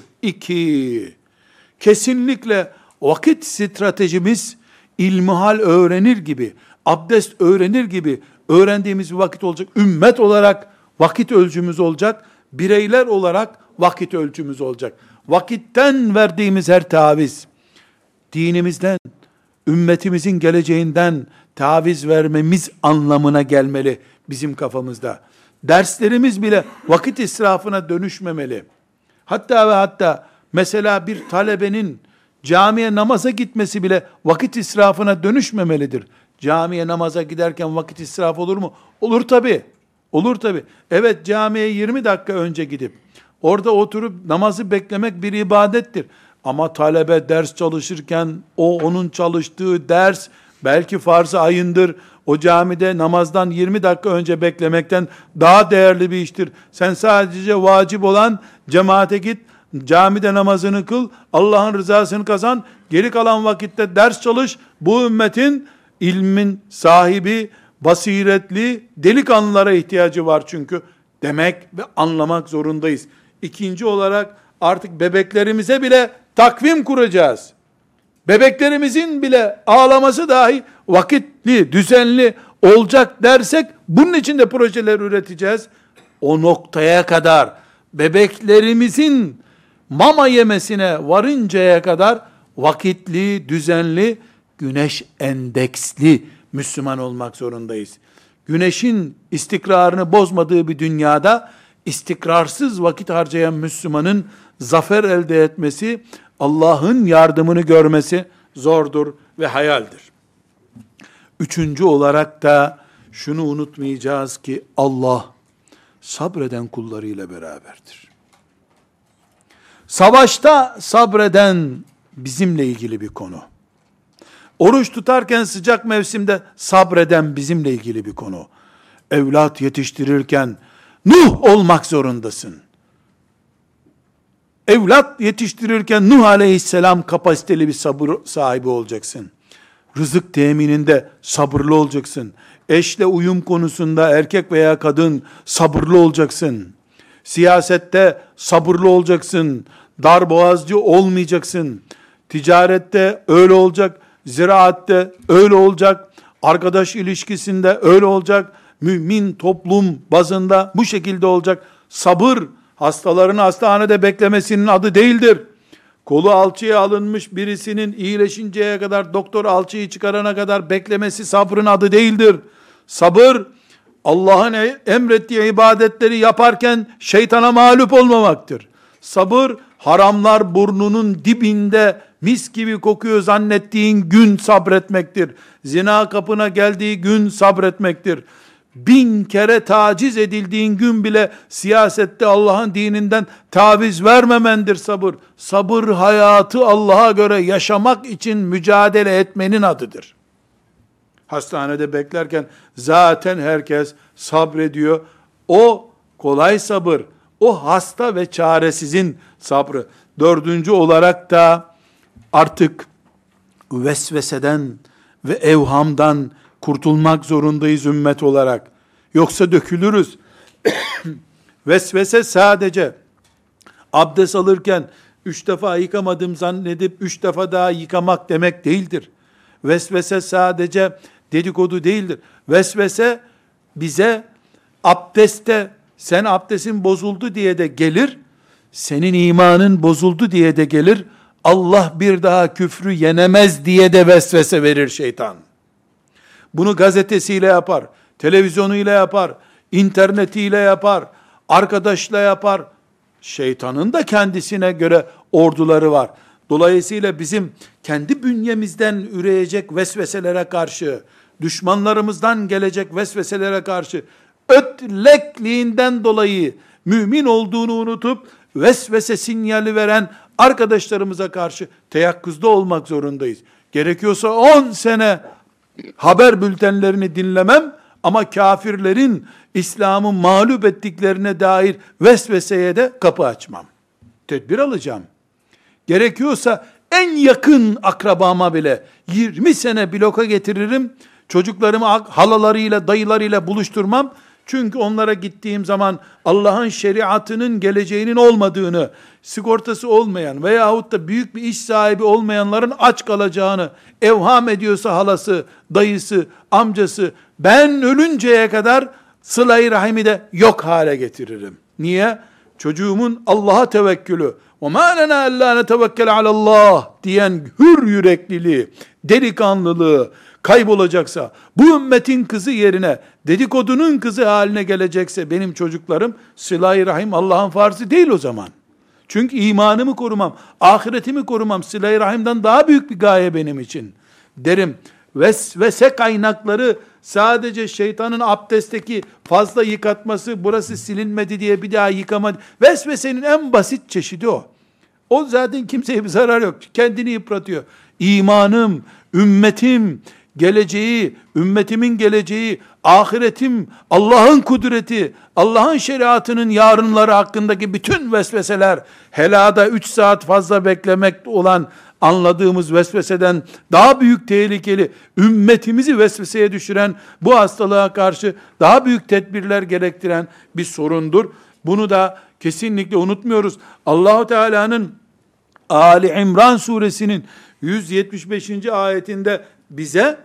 2. Kesinlikle vakit stratejimiz ilmihal öğrenir gibi, abdest öğrenir gibi öğrendiğimiz bir vakit olacak. Ümmet olarak vakit ölçümüz olacak. Bireyler olarak vakit ölçümüz olacak. Vakitten verdiğimiz her taviz, dinimizden, ümmetimizin geleceğinden taviz vermemiz anlamına gelmeli bizim kafamızda. Derslerimiz bile vakit israfına dönüşmemeli. Hatta ve hatta mesela bir talebenin camiye namaza gitmesi bile vakit israfına dönüşmemelidir. Camiye namaza giderken vakit israf olur mu? Olur tabi. Olur tabi. Evet, camiye 20 dakika önce gidip orada oturup namazı beklemek bir ibadettir. Ama talebe ders çalışırken onun çalıştığı ders belki farz-ı ayındır. O camide namazdan 20 dakika önce beklemekten daha değerli bir iştir. Sen sadece vacip olan cemaate git, camide namazını kıl, Allah'ın rızasını kazan, geri kalan vakitte ders çalış. Bu ümmetin ilmin sahibi, basiretli delikanlılara ihtiyacı var çünkü demek ve anlamak zorundayız. İkinci olarak artık bebeklerimize bile takvim kuracağız. Bebeklerimizin bile ağlaması dahi vakitli, düzenli olacak dersek bunun için de projeler üreteceğiz. O noktaya kadar bebeklerimizin mama yemesine varıncaya kadar vakitli, düzenli, güneş endeksli Müslüman olmak zorundayız. Güneşin istikrarını bozmadığı bir dünyada istikrarsız vakit harcayan Müslümanın zafer elde etmesi, Allah'ın yardımını görmesi zordur ve hayaldir. Üçüncü olarak da şunu unutmayacağız ki Allah sabreden kullarıyla beraberdir. Savaşta sabreden bizimle ilgili bir konu. Oruç tutarken sıcak mevsimde sabreden bizimle ilgili bir konu. Evlat yetiştirirken Nuh olmak zorundasın. Evlat yetiştirirken Nuh aleyhisselam kapasiteli bir sabır sahibi olacaksın. Rızık temininde sabırlı olacaksın. Eşle uyum konusunda erkek veya kadın sabırlı olacaksın. Siyasette sabırlı olacaksın. Darboğazcı olmayacaksın. Ticarette öyle olacak. Ziraatte öyle olacak. Arkadaş ilişkisinde öyle olacak. Mümin toplum bazında bu şekilde olacak. Sabır, hastaların hastanede beklemesinin adı değildir. Kolu alçıya alınmış birisinin iyileşinceye kadar, doktor alçıyı çıkarana kadar beklemesi sabrın adı değildir. Sabır, Allah'ın emrettiği ibadetleri yaparken şeytana mağlup olmamaktır. Sabır, haramlar burnunun dibinde mis gibi kokuyor zannettiğin gün sabretmektir. Zina kapına geldiği gün sabretmektir. 1000 kere taciz edildiğin gün bile siyasette Allah'ın dininden taviz vermemendir sabır. Sabır, hayatı Allah'a göre yaşamak için mücadele etmenin adıdır. Hastanede beklerken zaten herkes sabrediyor. O kolay sabır. O hasta ve çaresizin sabrı. Dördüncü olarak da artık vesveseden ve evhamdan kurtulmak zorundayız ümmet olarak. Yoksa dökülürüz. Vesvese sadece abdest alırken 3 defa yıkamadım zannedip 3 defa daha yıkamak demek değildir. Vesvese sadece dedikodu değildir. Vesvese bize abdestte sen abdestin bozuldu diye de gelir, senin imanın bozuldu diye de gelir, Allah bir daha küfrü yenemez diye de vesvese verir şeytan. Bunu gazetesiyle yapar, televizyonuyla yapar, internetiyle yapar, arkadaşla yapar. Şeytanın da kendisine göre orduları var. Dolayısıyla bizim kendi bünyemizden üreyecek vesveselere karşı, düşmanlarımızdan gelecek vesveselere karşı, ötlekliğinden dolayı mümin olduğunu unutup vesvese sinyali veren arkadaşlarımıza karşı teyakkuzda olmak zorundayız. Gerekiyorsa 10 sene haber bültenlerini dinlemem ama kafirlerin İslam'ı mağlup ettiklerine dair vesveseye de kapı açmam. Tedbir alacağım. Gerekiyorsa en yakın akrabama bile 20 sene bloka getiririm. Çocuklarımı halalarıyla, dayılarıyla buluşturmam. Çünkü onlara gittiğim zaman Allah'ın şeriatının geleceğinin olmadığını, sigortası olmayan veyahut da büyük bir iş sahibi olmayanların aç kalacağını evham ediyorsa halası, dayısı, amcası, ben ölünceye kadar sıla-i rahimi de yok hale getiririm. Niye? Çocuğumun Allah'a tevekkülü, وَمَا لَنَا أَلَّا نَتَوَكَّلَ عَلَى اللّٰهِ diyen hür yürekliliği, delikanlılığı kaybolacaksa, bu ümmetin kızı yerine dedikodunun kızı haline gelecekse benim çocuklarım, sıla-i rahim Allah'ın farzı değil o zaman. Çünkü imanımı korumam, ahiretimi korumam, sıla-i rahimden daha büyük bir gaye benim için derim. Vesvese kaynakları sadece şeytanın abdestteki fazla yıkatması, burası silinmedi diye bir daha yıkamadı. Vesvesenin en basit çeşidi o. O zaten kimseye bir zarar yok. Kendini yıpratıyor. İmanım, ümmetim, geleceği, ümmetimin geleceği, ahiretim, Allah'ın kudreti, Allah'ın şeriatının yarınları hakkındaki bütün vesveseler, helada 3 saat fazla beklemek olan anladığımız vesveseden daha büyük tehlikeli, ümmetimizi vesveseye düşüren, bu hastalığa karşı daha büyük tedbirler gerektiren bir sorundur. Bunu da kesinlikle unutmuyoruz. Allah-u Teala'nın Ali İmran suresinin 175. ayetinde bize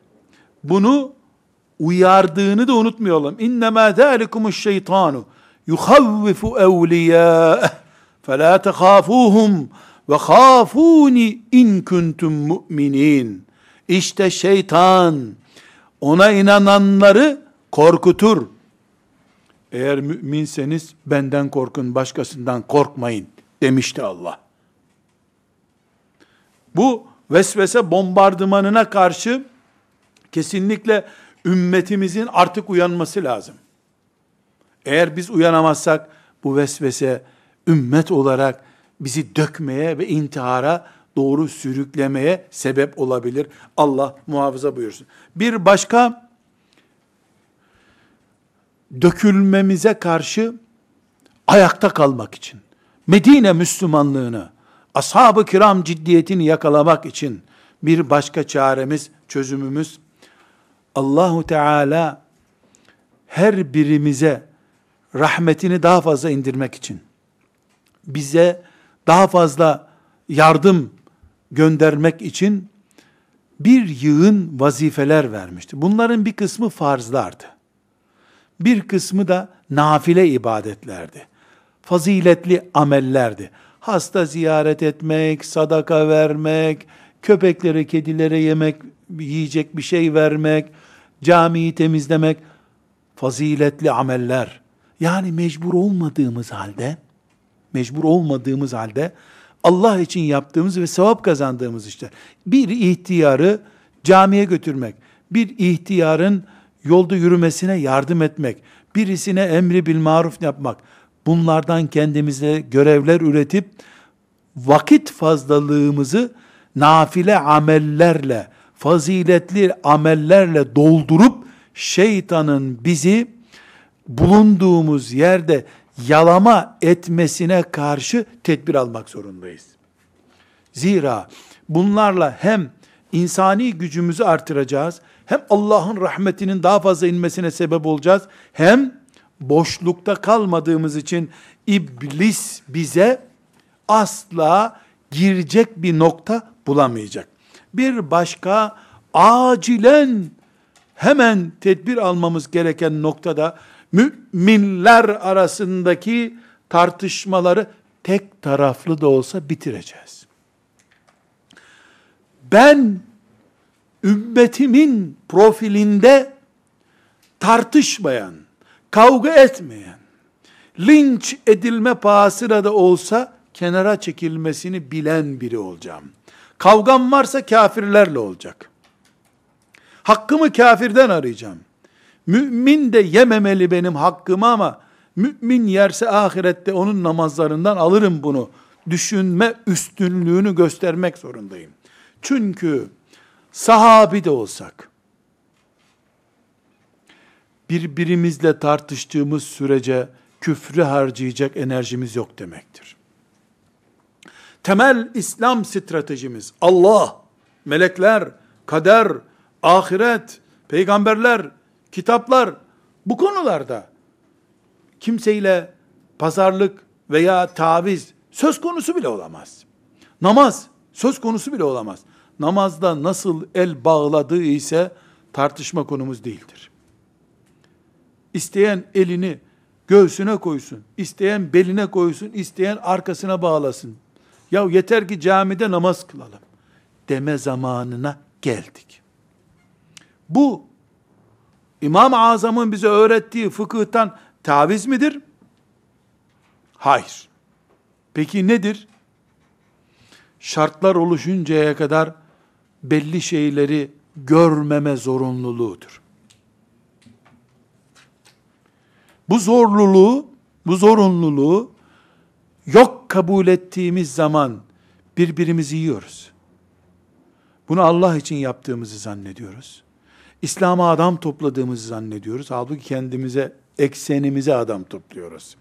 bunu uyardığını da unutmayalım. İnnemâ zâlikumuş şeytanu yuhavvifu evliyâeh felâ tehâfûhum ve khâfûni in kuntum mu'minin. İşte şeytan ona inananları korkutur. Eğer müminseniz benden korkun, başkasından korkmayın demişti Allah. Bu vesvese bombardımanına karşı kesinlikle ümmetimizin artık uyanması lazım. Eğer biz uyanamazsak bu vesvese ümmet olarak bizi dökmeye ve intihara doğru sürüklemeye sebep olabilir. Allah muhafaza buyursun. Bir başka, dökülmemize karşı ayakta kalmak için, Medine Müslümanlığını, ashab-ı kiram ciddiyetini yakalamak için bir başka çaremiz, çözümümüz, Allahu Teala her birimize rahmetini daha fazla indirmek için, bize daha fazla yardım göndermek için bir yığın vazifeler vermişti. Bunların bir kısmı farzlardı. Bir kısmı da nafile ibadetlerdi. Faziletli amellerdi. hasta ziyaret etmek, sadaka vermek, köpeklere, kedilere yemek, yiyecek bir şey vermek, camiyi temizlemek, faziletli ameller. Yani mecbur olmadığımız halde Allah için yaptığımız ve sevap kazandığımız işler. Bir ihtiyarı camiye götürmek, bir ihtiyarın yolda yürümesine yardım etmek, birisine emri bil maruf yapmak, bunlardan kendimize görevler üretip vakit fazlalığımızı nafile amellerle, faziletli amellerle doldurup şeytanın bizi bulunduğumuz yerde yalama etmesine karşı tedbir almak zorundayız. Zira bunlarla hem insani gücümüzü artıracağız, hem Allah'ın rahmetinin daha fazla inmesine sebep olacağız, hem boşlukta kalmadığımız için iblis bize asla girecek bir nokta bulamayacak. Bir başka acilen hemen tedbir almamız gereken noktada müminler arasındaki tartışmaları tek taraflı da olsa bitireceğiz. Ben ümmetimin profilinde tartışmayan, kavga etmeyen, linç edilme pahasına da olsa kenara çekilmesini bilen biri olacağım. Kavgam varsa kafirlerle olacak. Hakkımı kafirden arayacağım. Mümin de yememeli benim hakkımı ama mümin yerse ahirette onun namazlarından alırım bunu. Düşünme üstünlüğünü göstermek zorundayım. Çünkü sahabi de olsak, birbirimizle tartıştığımız sürece küfrü harcayacak enerjimiz yok demektir. Temel İslam stratejimiz Allah, melekler, kader, ahiret, peygamberler, kitaplar, bu konularda kimseyle pazarlık veya taviz söz konusu bile olamaz. Namaz söz konusu bile olamaz. Namazda nasıl el bağladığı ise tartışma konumuz değildir. İsteyen elini göğsüne koysun, isteyen beline koysun, isteyen arkasına bağlasın. Ya yeter ki camide namaz kılalım deme zamanına geldik. Bu İmam-ı Azam'ın bize öğrettiği fıkıhtan taviz midir? Hayır. Peki nedir? Şartlar oluşuncaya kadar belli şeyleri görmeme zorunluluğudur. Bu zorunluluğu yok kabul ettiğimiz zaman birbirimizi yiyoruz. Bunu Allah için yaptığımızı zannediyoruz. İslam'a adam topladığımızı zannediyoruz. Halbuki kendimize, eksenimize adam topluyoruz.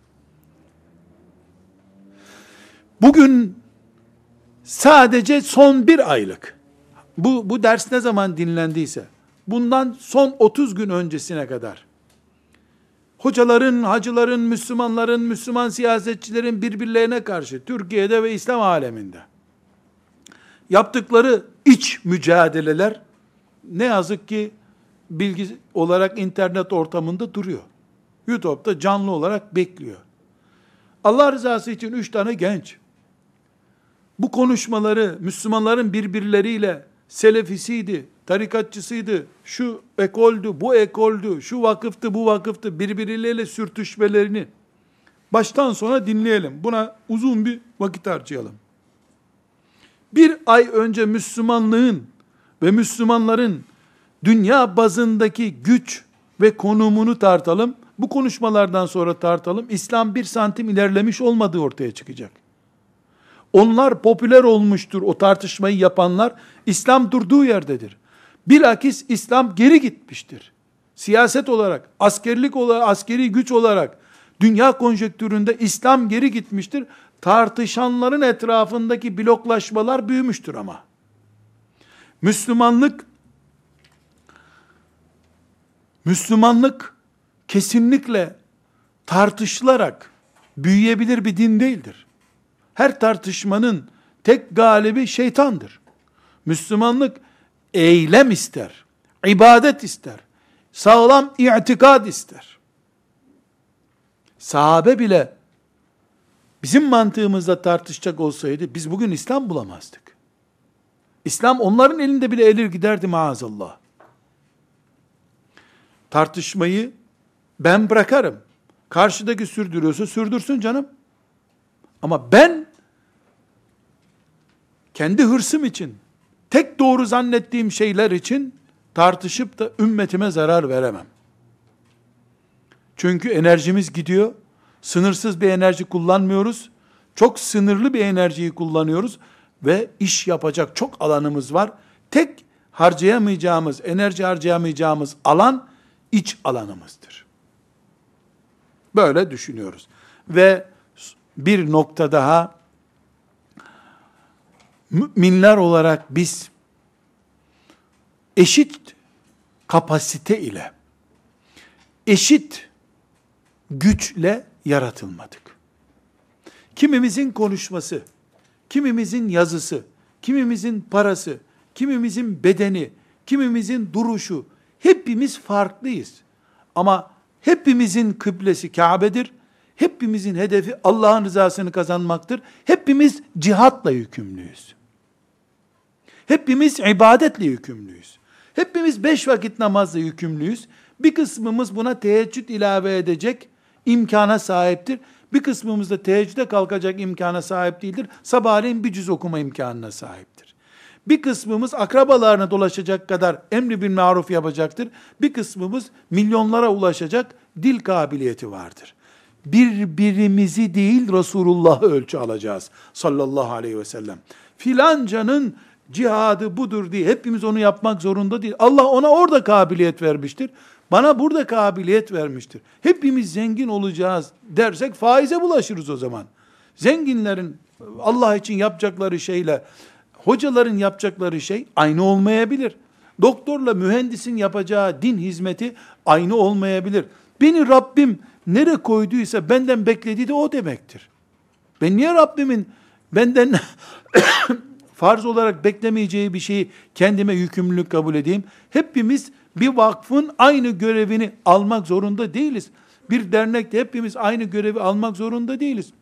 Bugün sadece son bir aylık, bu ders ne zaman dinlendiyse, bundan son 30 gün öncesine kadar, hocaların, hacıların, Müslümanların, Müslüman siyasetçilerin birbirlerine karşı, Türkiye'de ve İslam aleminde, yaptıkları iç mücadeleler, ne yazık ki bilgi olarak internet ortamında duruyor. YouTube'da canlı olarak bekliyor. Allah rızası için 3 tane genç, bu konuşmaları Müslümanların birbirleriyle selefisiydi, tarikatçısıydı, şu ekoldü, bu ekoldü, şu vakıftı, bu vakıftı, birbirleriyle sürtüşmelerini baştan sona dinleyelim. Buna uzun bir vakit harcayalım. Bir ay önce Müslümanlığın ve Müslümanların dünya bazındaki güç ve konumunu tartalım. Bu konuşmalardan sonra tartalım. İslam 1 santim ilerlemiş olmadığı ortaya çıkacak. Onlar popüler olmuştur, o tartışmayı yapanlar. İslam durduğu yerdedir. Bilakis İslam geri gitmiştir. Siyaset olarak, askerlik olarak, askeri güç olarak dünya konjektüründe İslam geri gitmiştir. Tartışanların etrafındaki bloklaşmalar büyümüştür ama. Müslümanlık kesinlikle tartışılarak büyüyebilir bir din değildir. Her tartışmanın tek galibi şeytandır. Müslümanlık eylem ister, ibadet ister, sağlam itikad ister. Sahabe bile bizim mantığımızla tartışacak olsaydı biz bugün İslam bulamazdık. İslam onların elinde bile erir giderdi maazallah. Tartışmayı ben bırakarım. Karşıdaki sürdürüyorsa sürdürsün canım. Ama ben kendi hırsım için, tek doğru zannettiğim şeyler için tartışıp da ümmetime zarar veremem. Çünkü enerjimiz gidiyor. Sınırsız bir enerji kullanmıyoruz. Çok sınırlı bir enerjiyi kullanıyoruz ve iş yapacak çok alanımız var. Tek harcayamayacağımız, enerji harcayamayacağımız alan iç alanımızdır. Böyle düşünüyoruz. Ve bir nokta daha, müminler olarak biz eşit kapasite ile, eşit güçle yaratılmadık. Kimimizin konuşması, kimimizin yazısı, kimimizin parası, kimimizin bedeni, kimimizin duruşu, hepimiz farklıyız. Ama hepimizin kıblesi Kabe'dir. Hepimizin hedefi Allah'ın rızasını kazanmaktır. Hepimiz cihatla yükümlüyüz. Hepimiz ibadetle yükümlüyüz. Hepimiz 5 vakit namazla yükümlüyüz. Bir kısmımız buna teheccüd ilave edecek imkana sahiptir. Bir kısmımız da teheccüde kalkacak imkana sahip değildir. Sabahleyin bir cüz okuma imkanına sahiptir. Bir kısmımız akrabalarına dolaşacak kadar emri bil maruf yapacaktır. Bir kısmımız milyonlara ulaşacak dil kabiliyeti vardır. Birbirimizi değil Resulullah'ı ölçü alacağız sallallahu aleyhi ve sellem. Filancanın cihadı budur diye hepimiz onu yapmak zorunda değil. Allah ona orada kabiliyet vermiştir. Bana burada kabiliyet vermiştir. Hepimiz zengin olacağız dersek faize bulaşırız o zaman. Zenginlerin Allah için yapacakları şeyle hocaların yapacakları şey aynı olmayabilir. Doktorla mühendisin yapacağı din hizmeti aynı olmayabilir. Beni Rabbim nereye koyduysa benden beklediği de o demektir. Ben niye Rabbimin benden farz olarak beklemeyeceği bir şeyi kendime yükümlülük kabul edeyim? Hepimiz bir vakfın aynı görevini almak zorunda değiliz. Bir dernekte hepimiz aynı görevi almak zorunda değiliz.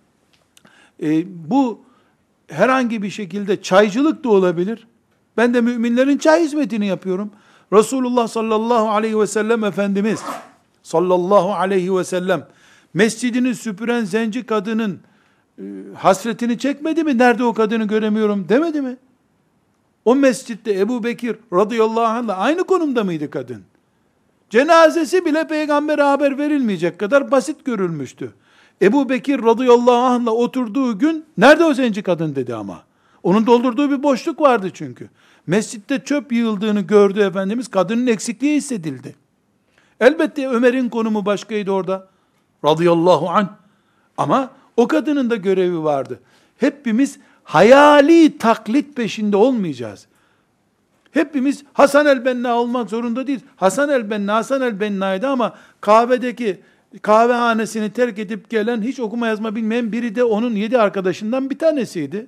Bu herhangi bir şekilde çaycılık da olabilir. Ben de müminlerin çay hizmetini yapıyorum. Resulullah sallallahu aleyhi ve sellem Efendimiz sallallahu aleyhi ve sellem mescidini süpüren zenci kadının hasretini çekmedi mi? Nerede o kadını göremiyorum demedi mi? O mescitte Ebu Bekir radıyallahu anh'la aynı konumda mıydı kadın? Cenazesi bile peygambere haber verilmeyecek kadar basit görülmüştü. Ebu Bekir radıyallahu anh'la oturduğu gün nerede o zenci kadın dedi ama. Onun doldurduğu bir boşluk vardı çünkü. Mescitte çöp yığıldığını gördü Efendimiz, kadının eksikliği hissedildi. Elbette Ömer'in konumu başkaydı orada. Radıyallahu anh. Ama o kadının da görevi vardı. Hepimiz hayali taklit peşinde olmayacağız. Hepimiz Hasan el-Benna olmak zorunda değil. Hasan el-Benna'ydı ama kahvedeki kahvehanesini terk edip gelen, hiç okuma yazma bilmeyen biri de onun 7 arkadaşından bir tanesiydi.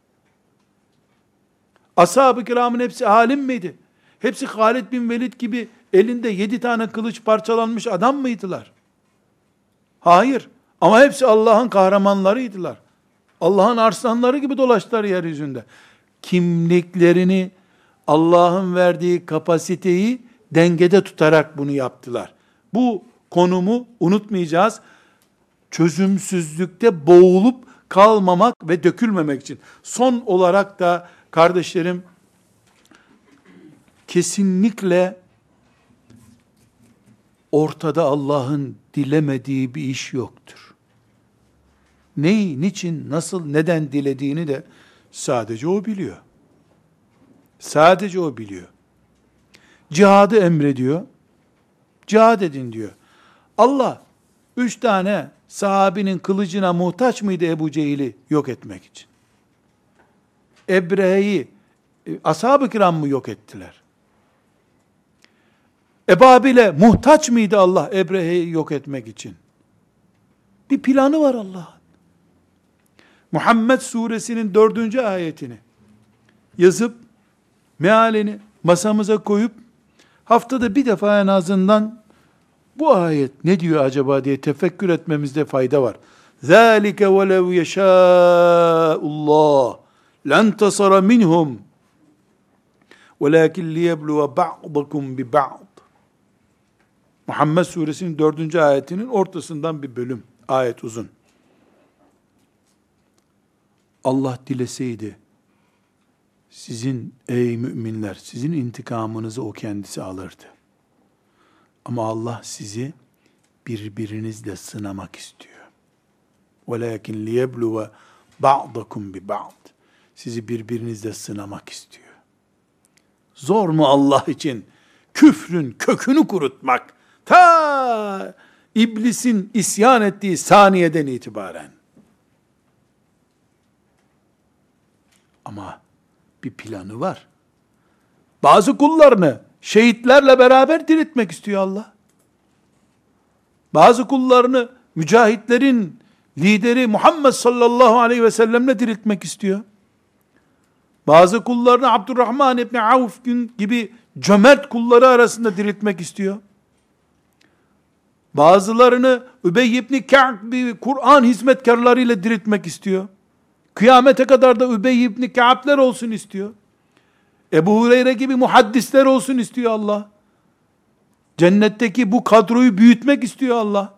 Ashab-ı kiramın hepsi alim miydi? Hepsi Halid bin Velid gibi elinde 7 tane kılıç parçalanmış adam mıydılar? Hayır. Ama hepsi Allah'ın kahramanlarıydılar. Allah'ın arslanları gibi dolaştılar yeryüzünde. Kimliklerini, Allah'ın verdiği kapasiteyi dengede tutarak bunu yaptılar. Bu konumu unutmayacağız. Çözümsüzlükte boğulup kalmamak ve dökülmemek için. Son olarak da kardeşlerim, kesinlikle ortada Allah'ın dilemediği bir iş yoktur. Neyi, niçin, nasıl, neden dilediğini de sadece o biliyor. Sadece o biliyor. Cihadı emrediyor. Cihad edin diyor. Allah 3 tane sahabinin kılıcına muhtaç mıydı Ebu Cehil'i yok etmek için? Ebrehe'yi ashab-ı kiram mı yok ettiler? Ebabil'e muhtaç mıydı Allah Ebrehe'yi yok etmek için? Bir planı var Allah'ın. Muhammed suresinin 4. ayetini yazıp mealini masamıza koyup haftada bir defa en azından bu ayet ne diyor acaba diye tefekkür etmemizde fayda var. ذَٰلِكَ وَلَوْ يَشَاءُ اللّٰهُ لَنْتَصَرَ مِنْهُمْ وَلَاكِنْ لِيَبْلُوَ بَعْضَكُمْ بِبَعْضٍ. Muhammed suresinin 4. ayetinin ortasından bir bölüm. Ayet uzun. Allah dileseydi, sizin ey müminler, sizin intikamınızı o kendisi alırdı. Ama Allah sizi birbirinizle sınamak istiyor. وَلَاكِنْ لِيَبْلُوَ بَعْضَكُمْ بِبَعْضٍ. Sizi birbirinizle sınamak istiyor. Zor mu Allah için küfrün kökünü kurutmak? Ta iblisin isyan ettiği saniyeden itibaren. Ama bir planı var. Bazı kullarını şehitlerle beraber diriltmek istiyor Allah. Bazı kullarını mücahitlerin lideri Muhammed sallallahu aleyhi ve sellemle diriltmek istiyor. Bazı kullarını Abdurrahman İbni Avf gibi cömert kulları arasında diriltmek istiyor. Bazılarını Übey İbni Ka'b gibi Kur'an hizmetkarlarıyla diriltmek istiyor. Kıyamete kadar da Übey İbni Ka'b'ler olsun istiyor. Ebu Hureyre gibi muhaddisler olsun istiyor Allah. Cennetteki bu kadroyu büyütmek istiyor Allah.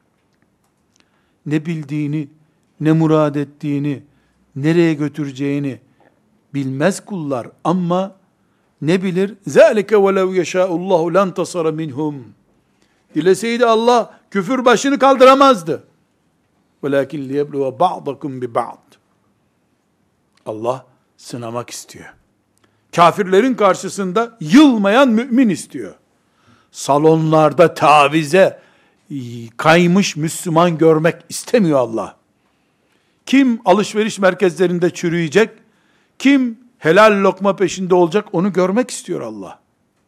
Ne bildiğini, ne murad ettiğini, nereye götüreceğini bilmez kullar ama ne bilir? ذَٰلِكَ وَلَوْ يَشَاءُ اللّٰهُ لَنْتَصَرَ مِنْهُمْ. Dileseydi Allah küfür başını kaldıramazdı. وَلَاكِنْ لِيَبْلُوَ بَعْضَكُمْ بِبَعْضٍ. Allah sınamak istiyor. Kafirlerin karşısında yılmayan mümin istiyor. Salonlarda tavize kaymış Müslüman görmek istemiyor Allah. Kim alışveriş merkezlerinde çürüyecek, kim helal lokma peşinde olacak onu görmek istiyor Allah.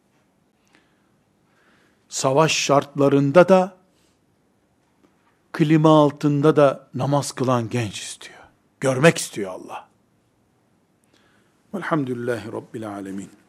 Savaş şartlarında da, klima altında da namaz kılan genç istiyor. Görmek istiyor Allah. Velhamdülillahi Rabbil alemin.